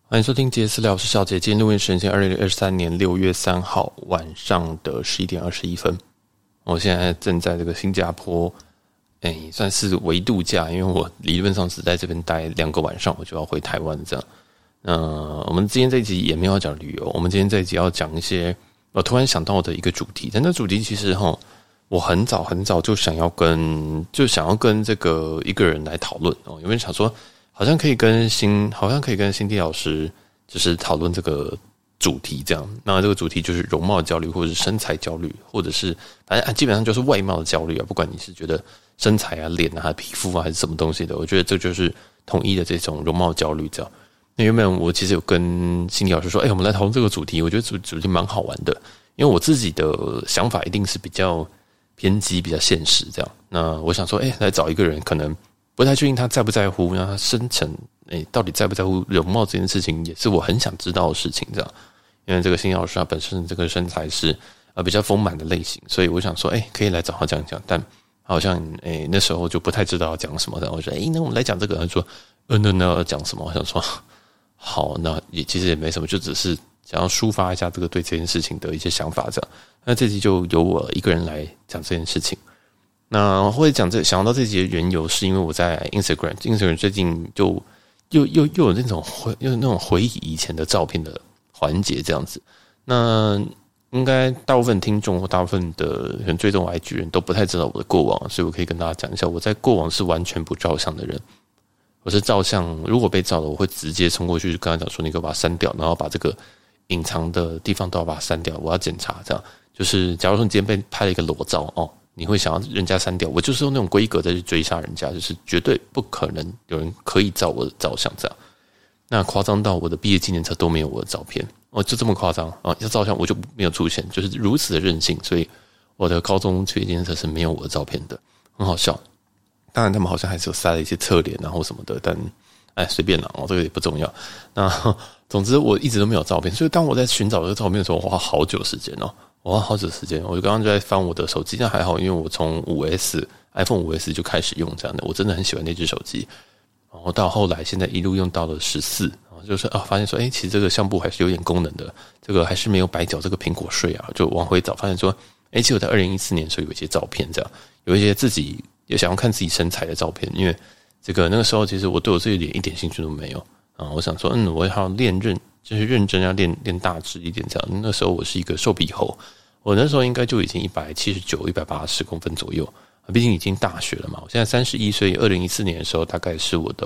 欢迎收听杰私聊，我是小杰。今天录音时间2023年6月3号晚上的11点21分。我现在正在这个新加坡，算是微度假，因为我理论上是在这边待2个晚上，我就要回台湾这样。我们今天这一集也没有要讲旅游，我们今天这一集要讲一些我突然想到的一个主题。但那主题其实我很早就想要跟这个一个人来讨论哦，有没有想说？好像可以跟辛迪老师就是讨论这个主题这样。那这个主题就是容貌焦虑，或者是身材焦虑，或者是反正基本上就是外貌的焦虑啊。不管你是觉得身材啊、脸啊、皮肤啊还是什么东西的，我觉得这就是统一的这种容貌焦虑这样。那原本我其实有跟辛迪老师说，我们来讨论这个主题，我觉得主题蛮好玩的，因为我自己的想法一定是比较偏激、比较现实这样。那我想说，来找一个人可能。不太确定他在不在乎，那他深层到底在不在乎容貌这件事情，也是我很想知道的事情。这样，因为这个辛老师他本身这个身材是比较丰满的类型，所以我想说，可以来找他讲讲。但好像那时候就不太知道要讲什么。然后我说，那我们来讲这个。他说，那要讲什么？我想说，好，那也其实也没什么，就只是想要抒发一下这个对这件事情的一些想法。这样，那这集就由我一个人来讲这件事情。那会讲想到这集的缘由，是因为我在 Instagram 最近就又有那种回忆以前的照片的环节这样子。那应该大部分听众或大部分的人追踪我 IG 人都不太知道我的过往，所以我可以跟大家讲一下，我在过往是完全不照相的人。我是照相，如果被照了，我会直接冲过去跟他讲说，你给我把它删掉，然后把这个隐藏的地方都要把它删掉，我要检查。这样就是假如说你今天被拍了一个裸照你会想要人家删掉，我就是用那种规格再去追杀人家，就是绝对不可能有人可以照我的照相这样。那夸张到我的毕业纪念册都没有我的照片就这么夸张要照相我就没有出现，就是如此的任性。所以我的高中毕业纪念册是没有我的照片的，很好笑。当然他们好像还是有塞了一些侧脸或什么的，但随便啦这个也不重要。那总之我一直都没有照片，所以当我在寻找这个照片的时候，我花好久时间我花好久时间，我就刚刚就在翻我的手机，但还好，因为我从iPhone 5S 就开始用这样的，我真的很喜欢那只手机。然后到后来，现在一路用到了14，就是发现说，其实这个相簿还是有点功能的，这个还是没有白缴这个苹果税啊。就往回找，发现说，其实我在2014年的时候有一些照片，这样有一些自己也想要看自己身材的照片，因为这个那个时候其实我对我自己脸一点兴趣都没有我想说，我要就是认真要练大只一点这样。那时候我是一个瘦皮猴，我那时候应该就已经179、180公分左右，毕竟已经大学了嘛。我现在31岁，2014年的时候大概是我的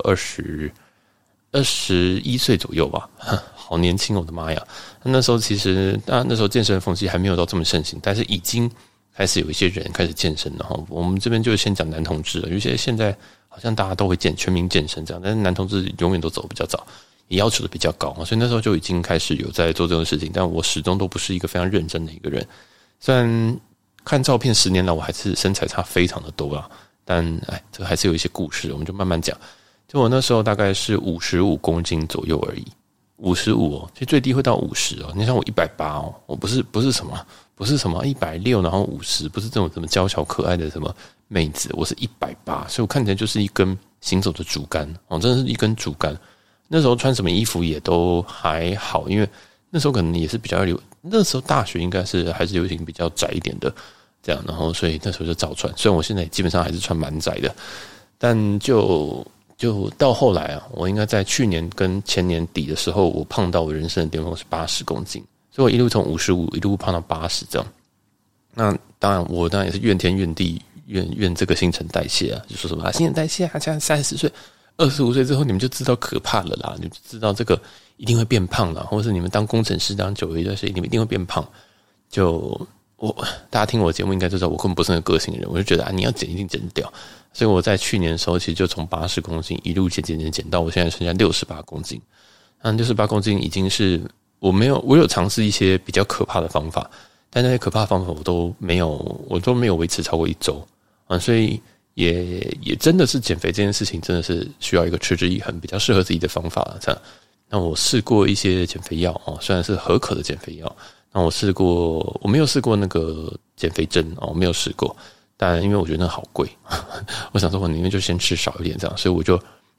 21岁左右吧，好年轻，我的妈呀！那时候其实那时候健身风气还没有到这么盛行，但是已经开始有一些人开始健身了哈。我们这边就先讲男同志了，因为现在好像大家都会全民健身这样，但是男同志永远都走得比较早。也要求的比较高，所以那时候就已经开始有在做这种事情，但我始终都不是一个非常认真的一个人。虽然看照片10年来我还是身材差非常的多啦，但这个还是有一些故事，我们就慢慢讲。就我那时候大概是55公斤左右而已，55其实最低会到50你像我180我不是什么160，然后50，不是这种什么娇小可爱的什么妹子，我是180，所以我看起来就是一根行走的竹竿真的是一根竹竿。那时候穿什么衣服也都还好，因为那时候可能也是比较那时候大学应该是还是流行比较窄一点的这样，然后所以那时候就照穿。虽然我现在基本上还是穿蛮窄的，但就到后来我应该在去年跟前年底的时候，我胖到我人生的巅峰是80公斤，所以我一路从55一路胖到80这样。那当然我也是怨天怨地怨这个新陈代谢就说什么新陈代谢现在30岁。25岁之后你们就知道可怕了啦，你们就知道这个一定会变胖啦，或者是你们当工程师当久了一段时间，你们一定会变胖。大家听我的节目应该就知道我根本不是那个个性的人，我就觉得你要减一定减掉。所以我在去年的时候其实就从80公斤一路减到我现在剩下68公斤。那68公斤已经是我有尝试一些比较可怕的方法，但那些可怕的方法我都没有维持超过1周所以也真的是减肥这件事情真的是需要一个持之以恒比较适合自己的方法这样。那我试过一些减肥药虽然是合可的减肥药，那我没有试过那个减肥针我没有试过，但因为我觉得那好贵我想说我宁愿就先吃少一点这样，所以我就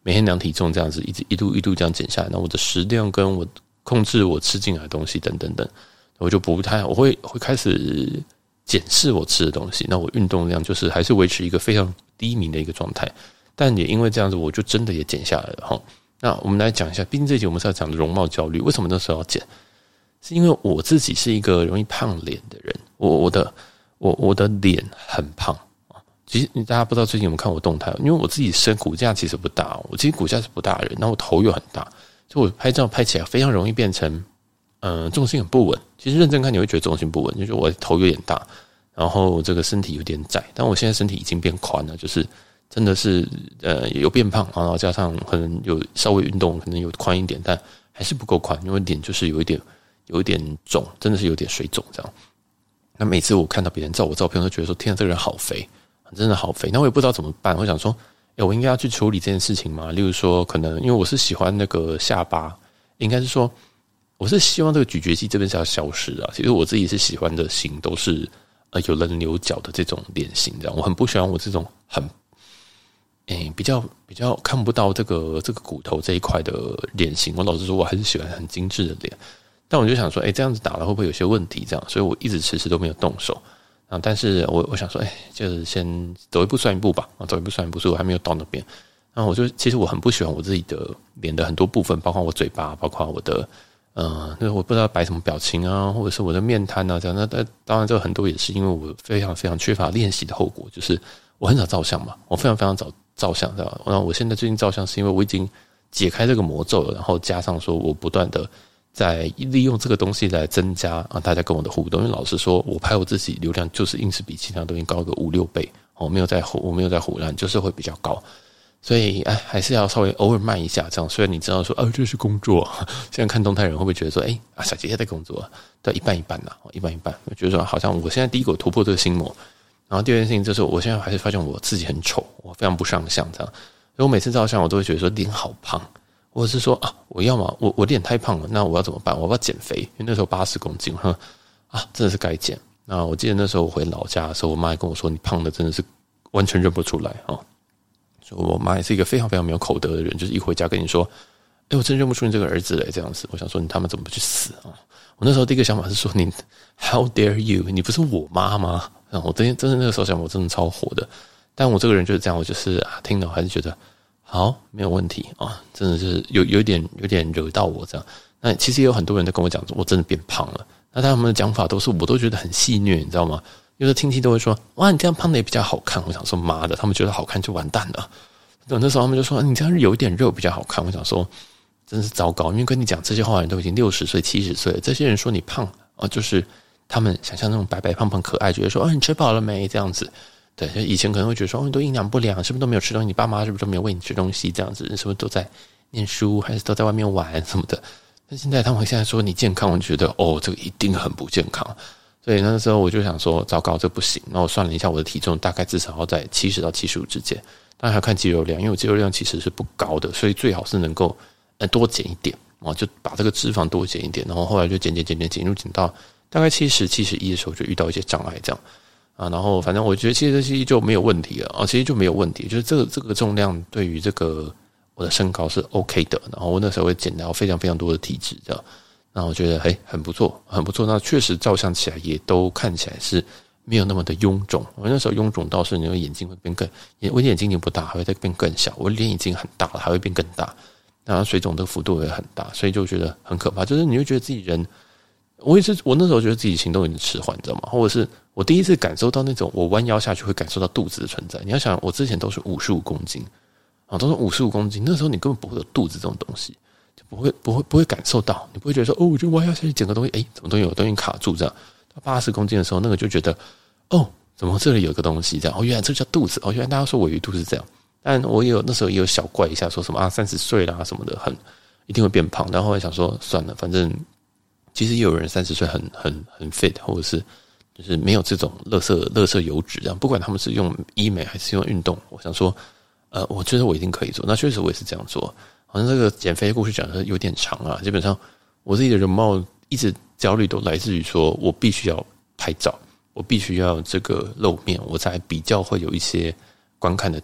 每天量体重这样子，一路这样减下来，那我的食量跟我控制我吃进来的东西等等等，我就我会开始检视我吃的东西。那我运动量就是还是维持一个非常低迷的一个状态，但也因为这样子，我就真的也减下来了哈。那我们来讲一下，毕竟这集我们是要讲容貌焦虑，为什么那时候要减？是因为我自己是一个容易胖脸的人，我的脸很胖啊。其实大家不知道最近有没有看我动态，因为我自己骨架其实不大，我其实骨架是不大的人，然后我头又很大，所以我拍照拍起来非常容易变成重心很不稳。其实认真看你会觉得重心不稳，就是我头有点大，然后这个身体有点窄，但我现在身体已经变宽了，就是真的是有变胖，然后加上可能有稍微运动，可能有宽一点，但还是不够宽，因为脸就是有一点肿，真的是有点水肿这样。那每次我看到别人照我照片，我都觉得说：“天啊，这个人好肥，真的好肥。”那我也不知道怎么办，我想说：“我应该要去处理这件事情吗？”例如说，可能因为我是喜欢那个下巴，应该是说我是希望这个咀嚼肌这边是要消失的。其实我自己是喜欢的型都是有棱有角的这种脸型，这样我很不喜欢我这种很比较看不到这个骨头这一块的脸型。我老实说，我还是喜欢很精致的脸。但我就想说，这样子打了会不会有些问题？这样，所以我一直迟迟都没有动手啊。但是我想说，就是先走一步算一步吧，走一步算一步，所以我还没有到那边。然后其实我很不喜欢我自己的脸的很多部分，包括我嘴巴，包括我的那我不知道摆什么表情啊，或者是我的面瘫啊这样。那当然，这很多也是因为我非常非常缺乏练习的后果，就是我很少照相嘛，我非常非常少照相，这样。然后我现在最近照相是因为我已经解开这个魔咒了，然后加上说我不断的在利用这个东西来增加大家跟我的互动。因为老实说，我拍我自己流量就是硬是比其他东西高个5-6倍，我没有在唬烂，就是会比较高。所以还是要稍微偶尔慢一下，这样。虽然你知道说这是工作，现在看动态人会不会觉得说小姐姐在工作？对，一半一半啦，一半一半。我觉得说好像我现在第一个突破这个心魔，然后第二件事情就是我现在还是发现我自己很丑，我非常不上相这样。所以我每次照相我都会觉得说脸好胖。或者是说我要嘛，我脸太胖了，那我要怎么办？我要不要减肥？因为那时候80公斤，真的是该减。那我记得那时候我回老家的时候，我妈还跟我说：“你胖的真的是完全认不出来啊！”所以我妈也是一个非常非常没有口德的人，就是一回家跟你说：“我真认不出你这个儿子来。”这样子，我想说你他们怎么不去死啊？我那时候第一个想法是说：“你 How dare you？ 你不是我妈吗？”我真的那个时候想，我真的超火的。但我这个人就是这样，我就是听了还是觉得。好，没有问题真的是有点惹到我这样。那其实也有很多人在跟我讲，我真的变胖了。那他们的讲法我都觉得很戏谑，你知道吗？有的亲戚都会说：“哇，你这样胖的也比较好看。”我想说，妈的，他们觉得好看就完蛋了。那时候他们就说：“你这样有一点肉比较好看。”我想说，真是糟糕，因为跟你讲这些话的人都已经60岁、70岁了。这些人说你胖就是他们想象那种白白胖胖可爱，觉得说：“你吃饱了没？”这样子。对，以前可能会觉得说你都营养不良，是不是都没有吃东西？你爸妈是不是都没有喂你吃东西？这样子，是不是都在念书，还是都在外面玩什么的？但现在他们现在说你健康，我就觉得这个一定很不健康。所以那时候我就想说，糟糕，这不行。那我算了一下，我的体重大概至少要在70到75之间。当然还要看肌肉量，因为我肌肉量其实是不高的，所以最好是能够多减一点就把这个脂肪多减一点。然后后来就减到大概70、71的时候，就遇到一些障碍这样。然后反正我觉得77就没有问题了其实就没有问题，就是这个重量对于这个我的身高是 OK 的。然后我那时候会减掉非常非常多的体脂这样，那我觉得很不错，很不错。那确实照相起来也都看起来是没有那么的臃肿。我那时候臃肿到是你的眼睛会变我眼睛已经不大，还会再变更小。我脸已经很大了，还会变更大，然后水肿的幅度也很大，所以就觉得很可怕。就是你会觉得自己人。我那时候觉得自己行动有点迟缓，你知道吗？或者是我第一次感受到那种我弯腰下去会感受到肚子的存在。你要想，我之前都是55公斤都是55公斤，那时候你根本不会有肚子这种东西，就不会感受到，你不会觉得说我就弯腰下去捡个东西，怎么有东西卡住这样。到80公斤的时候，那个就觉得怎么这里有一个东西这样？原来这叫肚子原来大家说我鱼肚是这样。但我那时候也有小怪一下，说什么30岁啦什么的，一定会变胖。然后后来想说算了，反正。其实也有人30岁很 fit， 或者是就是没有这种垃圾油脂这样，不管他们是用医美还是用运动，我想说，我觉得我一定可以做。那确实我也是这样做。好像这个减肥的故事讲的有点长啊，基本上我自己的容貌一直焦虑都来自于说我必须要拍照，我必须要这个露面，我才比较会有一些观看的点。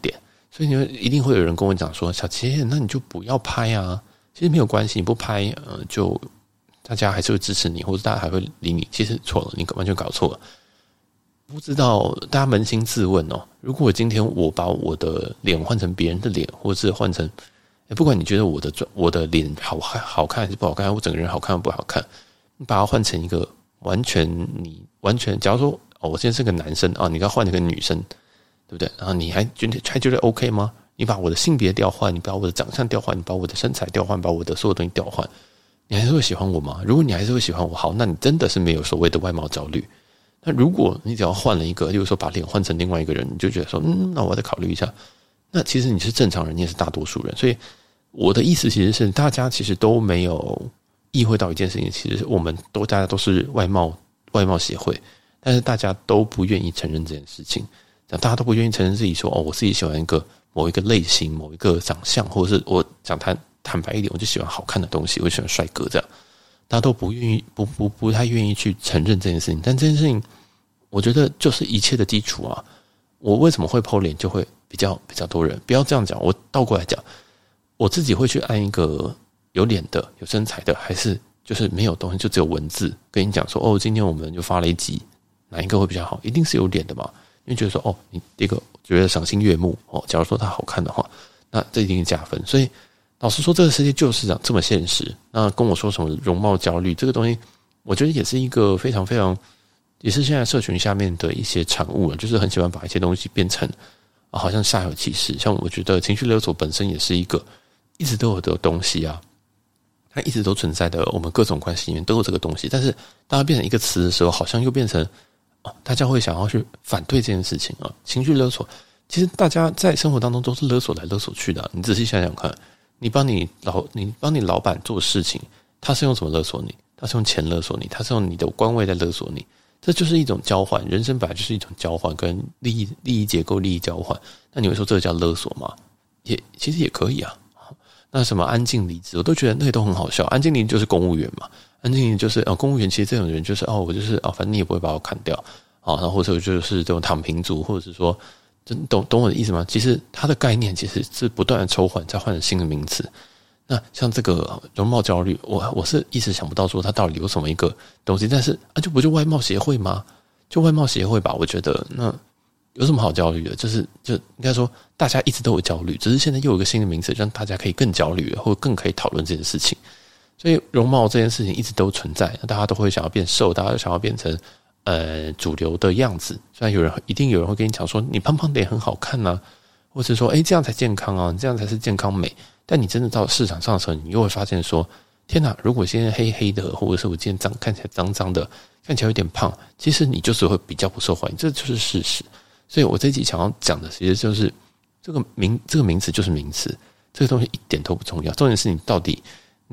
所以一定会有人跟我讲说，小杰，那你就不要拍啊，其实没有关系，你不拍，就大家还是会支持你，或者大家还会理你。其实错了，你完全搞错了。不知道大家扪心自问哦，如果今天我把我的脸换成别人的脸，或者是换成，不管你觉得我的脸好看还是不好看，我整个人好看不好看，你把它换成一个完全，假如说我现在是个男生啊，你要换一个女生，对不对？然后你还觉得 OK 吗？你把我的性别调换，你把我的长相调换，你把我的身材调换，把我的所有东西调换，你还是会喜欢我吗？如果你还是会喜欢我，好，那你真的是没有所谓的外貌焦虑。那如果你只要换了一个，例如说把脸换成另外一个人，你就觉得说，那我再考虑一下。那其实你是正常人，你也是大多数人。所以我的意思其实是，大家其实都没有意会到一件事情，其实大家都是外貌协会，但是大家都不愿意承认这件事情。大家都不愿意承认自己说，我自己喜欢某一个类型、某一个长相，或者是我讲坦白一点，我就喜欢好看的东西，我喜欢帅哥这样。大家都不愿意，不太愿意去承认这件事情，但这件事情，我觉得就是一切的基础啊。我为什么会 po 脸，就会比较多人。不要这样讲，我倒过来讲，我自己会去按一个有脸的、有身材的，还是就是没有东西，就只有文字跟你讲说，今天我们就发了一集，哪一个会比较好？一定是有脸的嘛，因为觉得说，你这个觉得赏心悦目假如说它好看的话，那这一定是加分，所以。老实说，这个世界就是这么现实。那跟我说什么容貌焦虑这个东西，我觉得也是一个非常非常，也是现在社群下面的一些产物了。就是很喜欢把一些东西变成好像煞有其事。像我觉得情绪勒索本身也是一个一直都有的东西啊，它一直都存在的。我们各种关系里面都有这个东西，但是当它变成一个词的时候，好像又变成大家会想要去反对这件事情啊。情绪勒索，其实大家在生活当中都是勒索来勒索去的。你仔细想想看。你帮你老板做事情，他是用什么勒索你？他是用钱勒索你，他是用你的官位在勒索你。这就是一种交换，人生本来就是一种交换，跟利益结构、利益交换。那你会说这个叫勒索吗？其实也可以啊。那什么安静离职，我都觉得那些都很好笑。安静离职就是公务员嘛，安静离职就是公务员其实这种人就是我就是反正你也不会把我砍掉然后或者就是这种躺平族，或者是说。懂我的意思吗？其实它的概念其实是不断的抽换，再换成新的名词。那像这个容貌焦虑，我是一直想不到说它到底有什么一个东西，但是就外貌协会吗？就外貌协会吧，我觉得那有什么好焦虑的？就应该说大家一直都有焦虑，只是现在又有一个新的名词，让大家可以更焦虑，或更可以讨论这件事情。所以容貌这件事情一直都存在，大家都会想要变瘦，大家都想要变成。主流的样子，虽然一定有人会跟你讲说你胖胖的也很好看啊，或者说这样才健康啊，这样才是健康美。但你真的到市场上的时候，你又会发现说，天哪！如果今天黑黑的，或者是我今天看起来脏脏的，看起来有点胖，其实你就是会比较不受欢迎，这就是事实。所以我这一集想要讲的，其实就是这个名词就是名词，这个东西一点都不重要。重点是你到底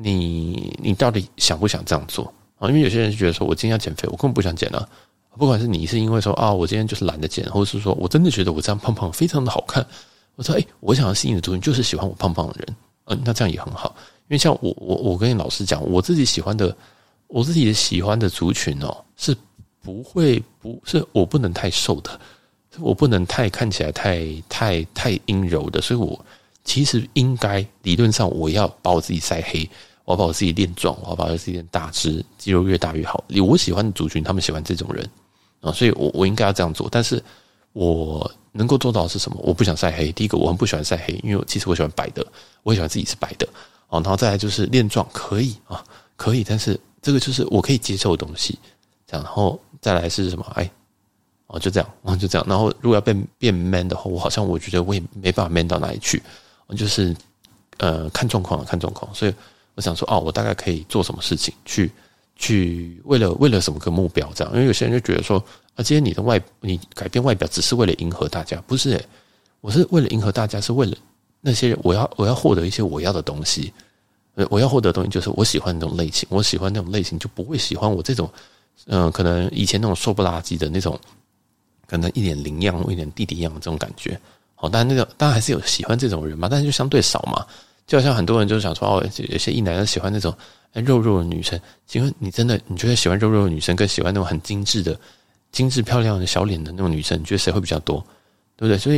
想不想这样做啊？因为有些人就觉得说我今天要减肥，我根本不想减啊。不管是你是因为说我今天就是懒得减，或者是说我真的觉得我这样胖胖非常的好看，我说我想要吸引的族群就是喜欢我胖胖的人，那这样也很好。因为像我跟你老师讲，我自己喜欢的族群是是我不能太瘦的，我不能太看起来太阴柔的，所以我其实应该理论上我要把我自己晒黑。我要把我自己练壮，我要把我自己练大只，肌肉越大越好。我喜欢的族群，他们喜欢这种人所以我应该要这样做。但是我能够做到的是什么？我不想晒黑。第一个，我很不喜欢晒黑，因为其实我喜欢白的，我也喜欢自己是白的然后再来就是练壮，可以可以，但是这个就是我可以接受的东西。这样，然后再来是什么？就这样，就这样。然后如果要变 man 的话，我觉得我也没办法 man 到哪里去。就是看状况，所以。我想说我大概可以做什么事情去为了什么个目标这样？因为有些人就觉得说今天你改变外表只是为了迎合大家，不是我是为了迎合大家，是为了那些人我要获得一些我要的东西。我要获得的东西就是我喜欢那种类型，我喜欢那种类型就不会喜欢我这种可能以前那种瘦不拉几的那种，可能一点羚样一点弟弟样的这种感觉。当然还是有喜欢这种人嘛，但是就相对少嘛。就好像很多人就想说有些异男人喜欢那种肉肉的女生，请问你觉得喜欢肉肉的女生跟喜欢那种很精致漂亮的小脸的那种女生，你觉得谁会比较多？对不对？所以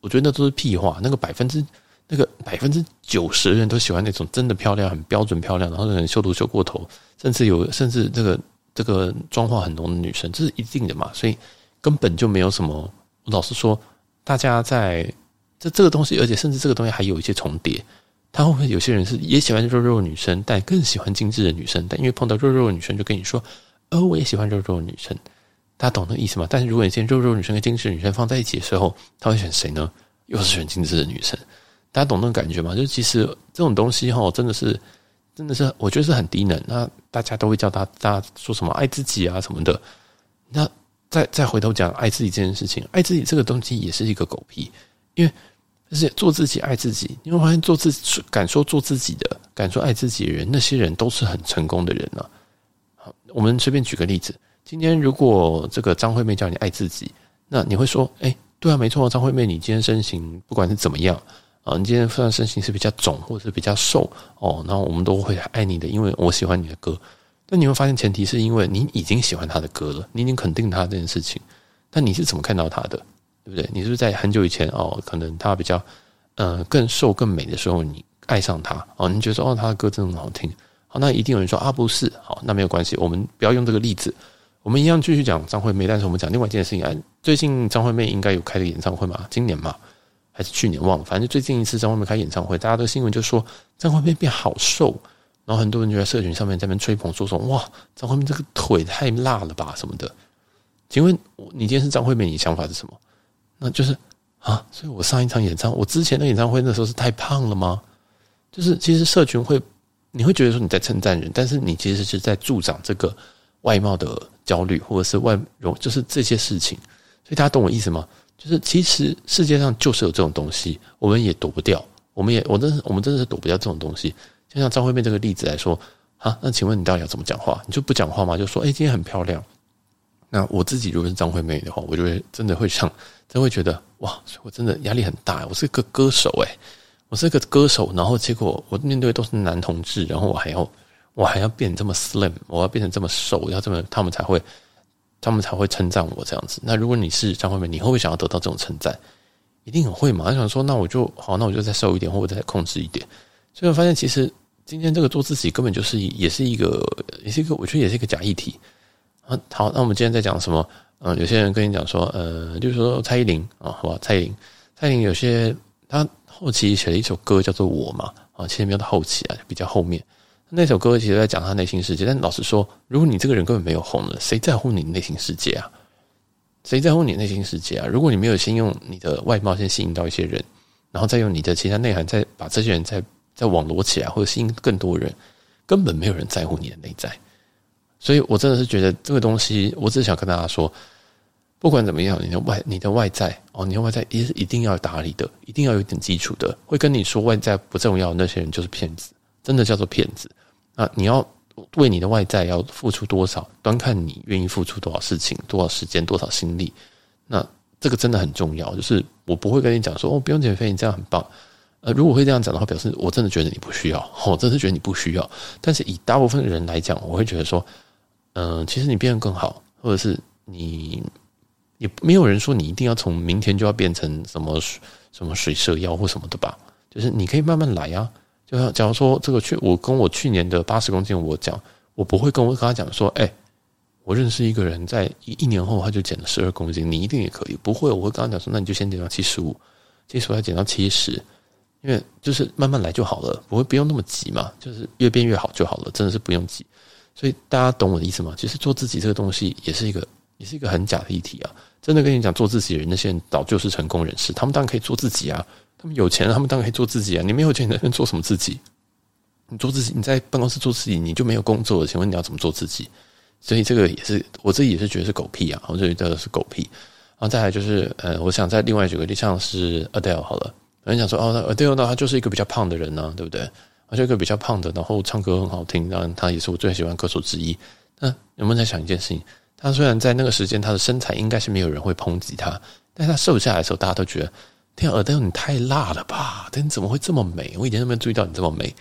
我觉得那都是屁话。那个90%的人都喜欢那种真的漂亮、很标准漂亮，然后很修图修过头，甚至这个妆化很浓的女生，这是一定的嘛。所以根本就没有什么。我老实说，大家在这个东西，而且甚至这个东西还有一些重叠。他会不会有些人是也喜欢肉肉的女生，但更喜欢精致的女生？但因为碰到肉肉的女生，就跟你说，我也喜欢肉肉的女生。大家懂那个意思吗？但是如果你现在肉肉女生跟精致的女生放在一起的时候，他会选谁呢？又是选精致的女生。大家懂那种感觉吗？就是其实这种东西真的是，我觉得是很低能。那大家都会叫大家说什么爱自己啊什么的。那再回头讲爱自己这件事情，爱自己这个东西也是一个狗屁，因为就是做自己爱自己，你会发现做自己敢说做自己的，敢说爱自己的人，那些人都是很成功的人啊。好，我们随便举个例子，今天如果这个张惠妹叫你爱自己，那你会说，对啊，没错，张惠妹，你今天身形不管是怎么样啊，你今天虽然身形是比较肿或者是比较瘦然后我们都会爱你的，因为我喜欢你的歌。但你会发现，前提是因为你已经喜欢他的歌了，你已经肯定他这件事情。但你是怎么看到他的，对不对？你是不是在很久以前可能他比较更瘦更美的时候，你爱上他你觉得说他的歌真的很好听。好，那一定有人说不是，好，那没有关系，我们不要用这个例子，我们一样继续讲张惠妹，但是我们讲另外一件事情。最近张惠妹应该有开个演唱会嘛？今年嘛，还是去年忘了，反正最近一次张惠妹开演唱会，大家的新闻就说张惠妹变好瘦。然后很多人就在社群上面在那边吹捧，说哇，张惠妹这个腿太辣了吧什么的。请问你今天是张惠妹，你想法是什么？那就是所以我上一场我之前的演唱会那时候是太胖了吗？就是其实社群你会觉得说你在称赞人，但是你其实是在助长这个外貌的焦虑，或者是就是这些事情。所以大家懂我意思吗？就是其实世界上就是有这种东西，我们也躲不掉，我们真的是躲不掉这种东西。就像张惠妹这个例子来说，那请问你到底要怎么讲话？你就不讲话吗？就说今天很漂亮。那我自己如果是张惠妹的话，我就会真的会觉得哇，我真的压力很大。我是个歌手我是个歌手，然后结果我面对都是男同志，然后我还要变成这么 slim， 我要变成这么瘦，要这么他们才会称赞我这样子。那如果你是张惠妹，你会不会想要得到这种称赞？一定很会嘛。想说那我就再瘦一点，或者再控制一点。所以我发现其实今天这个做自己根本也是一个我觉得也是一个假议题。好，那我们今天在讲什么？有些人跟你讲说，就是说蔡依林好吧，蔡依林有些他后期写了一首歌叫做《我》嘛，其实没有到后期比较后面。那首歌其实在讲他内心世界，但老实说，如果你这个人根本没有红了，谁在乎你内心世界啊？谁在乎你内心世界啊？如果你没有先用你的外貌先吸引到一些人，然后再用你的其他内涵再把这些人再网罗起来，或者吸引更多人，根本没有人在乎你的内在。所以我真的是觉得这个东西，我只是想跟大家说，不管怎么样，你的外在你的外在也是一定要打理的，一定要有一点基础的。会跟你说外在不重要的那些人就是骗子，真的叫做骗子。你要为你的外在要付出多少，端看你愿意付出多少事情、多少时间、多少心力。那这个真的很重要。就是我不会跟你讲说不用减肥，你这样很棒。如果会这样讲的话，表示我真的觉得你不需要，我真的觉得你不需要。但是以大部分的人来讲，我会觉得说，其实你变得更好，或者是也没有人说你一定要从明天就要变成什么水蛇腰或什么的吧。就是你可以慢慢来啊。就像假如说这个我跟我去年的80公斤，我不会跟他讲说，我认识一个人在一年后他就减了12公斤，你一定也可以。不会，我会跟他讲说，那你就先减到75再减到70。因为就是慢慢来就好了，不用那么急嘛，就是越变越好就好了，真的是不用急。所以大家懂我的意思吗？其实做自己这个东西也是一个很假的议题啊。真的跟你讲，做自己的人，那些人早就是成功人士，他们当然可以做自己啊，他们有钱，他们当然可以做自己啊。你没有钱，你在那边做什么自己？你做自己，你在办公室做自己，你就没有工作了。请问你要怎么做自己？所以这个也是我自己也是觉得是狗屁啊，我觉得是狗屁。然后再来就是我想再另外举个例，像是 Adele 好了。有人讲说那 Adele 呢，他就是一个比较胖的人呢，对不对？他就一个比较胖的，然后唱歌很好听，当然他也是我最喜欢歌手之一。那有没有在想一件事情？他虽然在那个时间他的身材应该是没有人会抨击他，但他瘦下来的时候，大家都觉得天啊 Adele 你太辣了吧？但你怎么会这么美？我以前都没有注意到你这么美。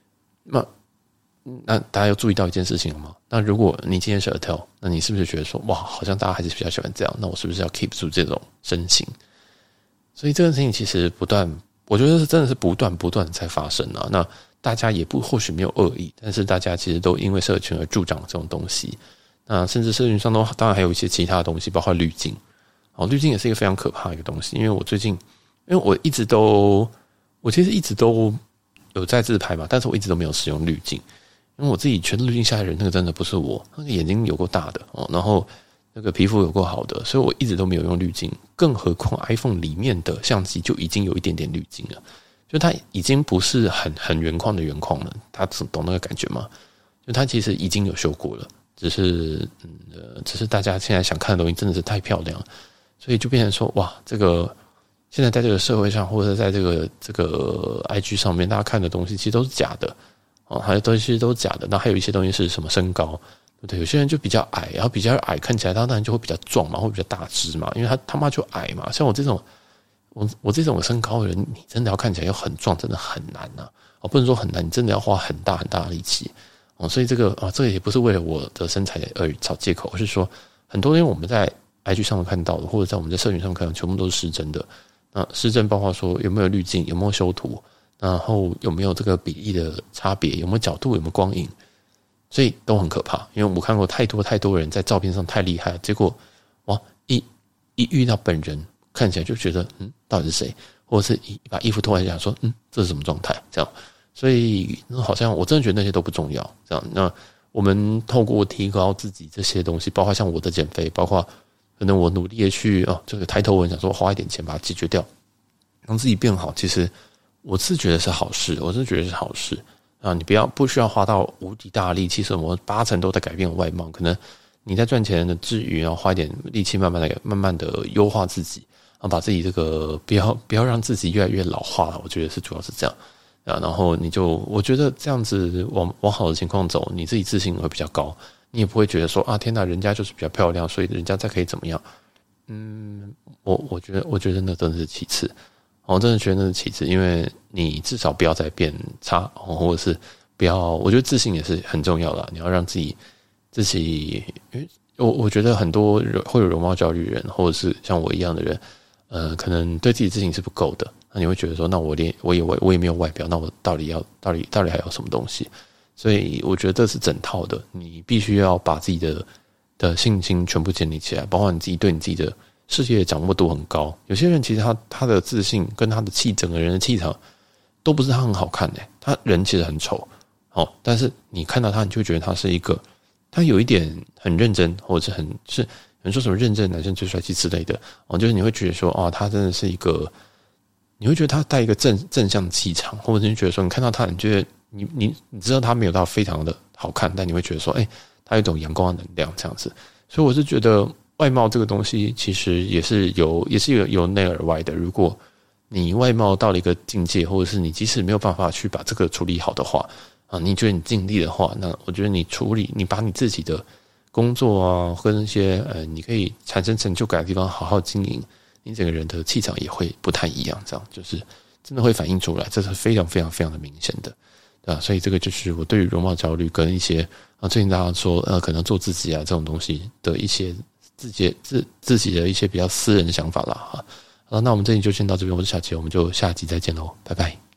那大家有注意到一件事情了吗？那如果你今天是 Adele， 那你是不是觉得说哇，好像大家还是比较喜欢这样？那我是不是要 keep 住这种身形？ 所以这个事情其实不断，我觉得是真的是不断在发生啊。那大家也或许没有恶意，但是大家其实都因为社群而助长这种东西。那甚至社群上当然还有一些其他的东西，包括滤镜。滤镜也是一个非常可怕的一个东西，因为我其实一直都有在自拍嘛，但是我一直都没有使用滤镜，因为我自己全滤镜下来的人，那个真的不是我，那个眼睛有够大的然后那个皮肤有够好的，所以我一直都没有用滤镜，更何况 iPhone 里面的相机就已经有一点点滤镜了，就它已经不是很原框的原框了，它懂那个感觉吗？就它其实已经有修过了，只是大家现在想看的东西真的是太漂亮了，所以就变成说哇，这个现在在这个社会上，或者在这个 IG 上面，大家看的东西其实都是假的还有东西都是假的。那还有一些东西是什么身高，对不对？有些人就比较矮，然后比较矮看起来他当然就会比较壮嘛，会比较大只嘛，因为他妈就矮嘛。像我这种身高的人，你真的要看起来又很壮，真的很难啊！不能说很难，你真的要花很大的力气所以这个也不是为了我的身材而找借口，而是说很多东西我们在 IG 上面看到的，或者在我们在社群上面看到，全部都是失真的。那失真包括说有没有滤镜，有没有修图，然后有没有这个比例的差别，有没有角度，有没有光影，所以都很可怕。因为我看过太多人在照片上太厉害，结果哇一遇到本人，看起来就觉得到底是谁，或者是把衣服脱下来说这是什么状态这样。所以好像我真的觉得那些都不重要这样。那我们透过提高自己这些东西，包括像我的减肥，包括可能我努力的去这个抬头纹，想说花一点钱把它解决掉，让自己变好。其实我是觉得是好事，你不需要花到无敌大的力气，什么80%都在改变外貌，可能你在赚钱的之余，然后花一点力气，慢慢的优化自己，把自己这个不要让自己越来越老化了。我觉得是主要是这样然后我觉得这样子往好的情况走，你自己自信会比较高。你也不会觉得说天哪，人家就是比较漂亮，所以人家才可以怎么样？我觉得那真的是其次。我真的觉得那是其次，因为你至少不要再变差，或者是不要。我觉得自信也是很重要的，你要让自己，因为我觉得很多会有容貌焦虑人，或者是像我一样的人，可能对自己自信是不够的。那你会觉得说，那我也没有外表，那我到底还有什么东西？所以我觉得这是整套的，你必须要把自己的信心全部建立起来，包括你自己对你自己的世界掌握度很高。有些人其实他的自信跟他的整个人的气场都不是他很好看他人其实很丑但是你看到他，你就会觉得他是一个，他有一点很认真，或者是有人说什么认真男生最帅气之类的就是你会觉得说他真的是一个，你会觉得他带一个正向气场，或者你觉得说你看到他，你觉得你知道他没有到非常的好看，但你会觉得说他有一种阳光的能量这样子。所以我是觉得外貌这个东西其实也是有内而外的。如果你外貌到了一个境界，或者是你即使没有办法去把这个处理好的话你觉得你尽力的话，那我觉得你把你自己的工作跟一些你可以产生成就感的地方好好经营，你整个人的气场也会不太一样，这样就是真的会反映出来，这是非常非常非常的明显的。所以这个就是我对于容貌焦虑跟一些最近大家说可能做自己这种东西的一些自己的一些比较私人的想法啦好，那我们这里就先到这边，我是小杰，我们就下集再见喽，拜拜。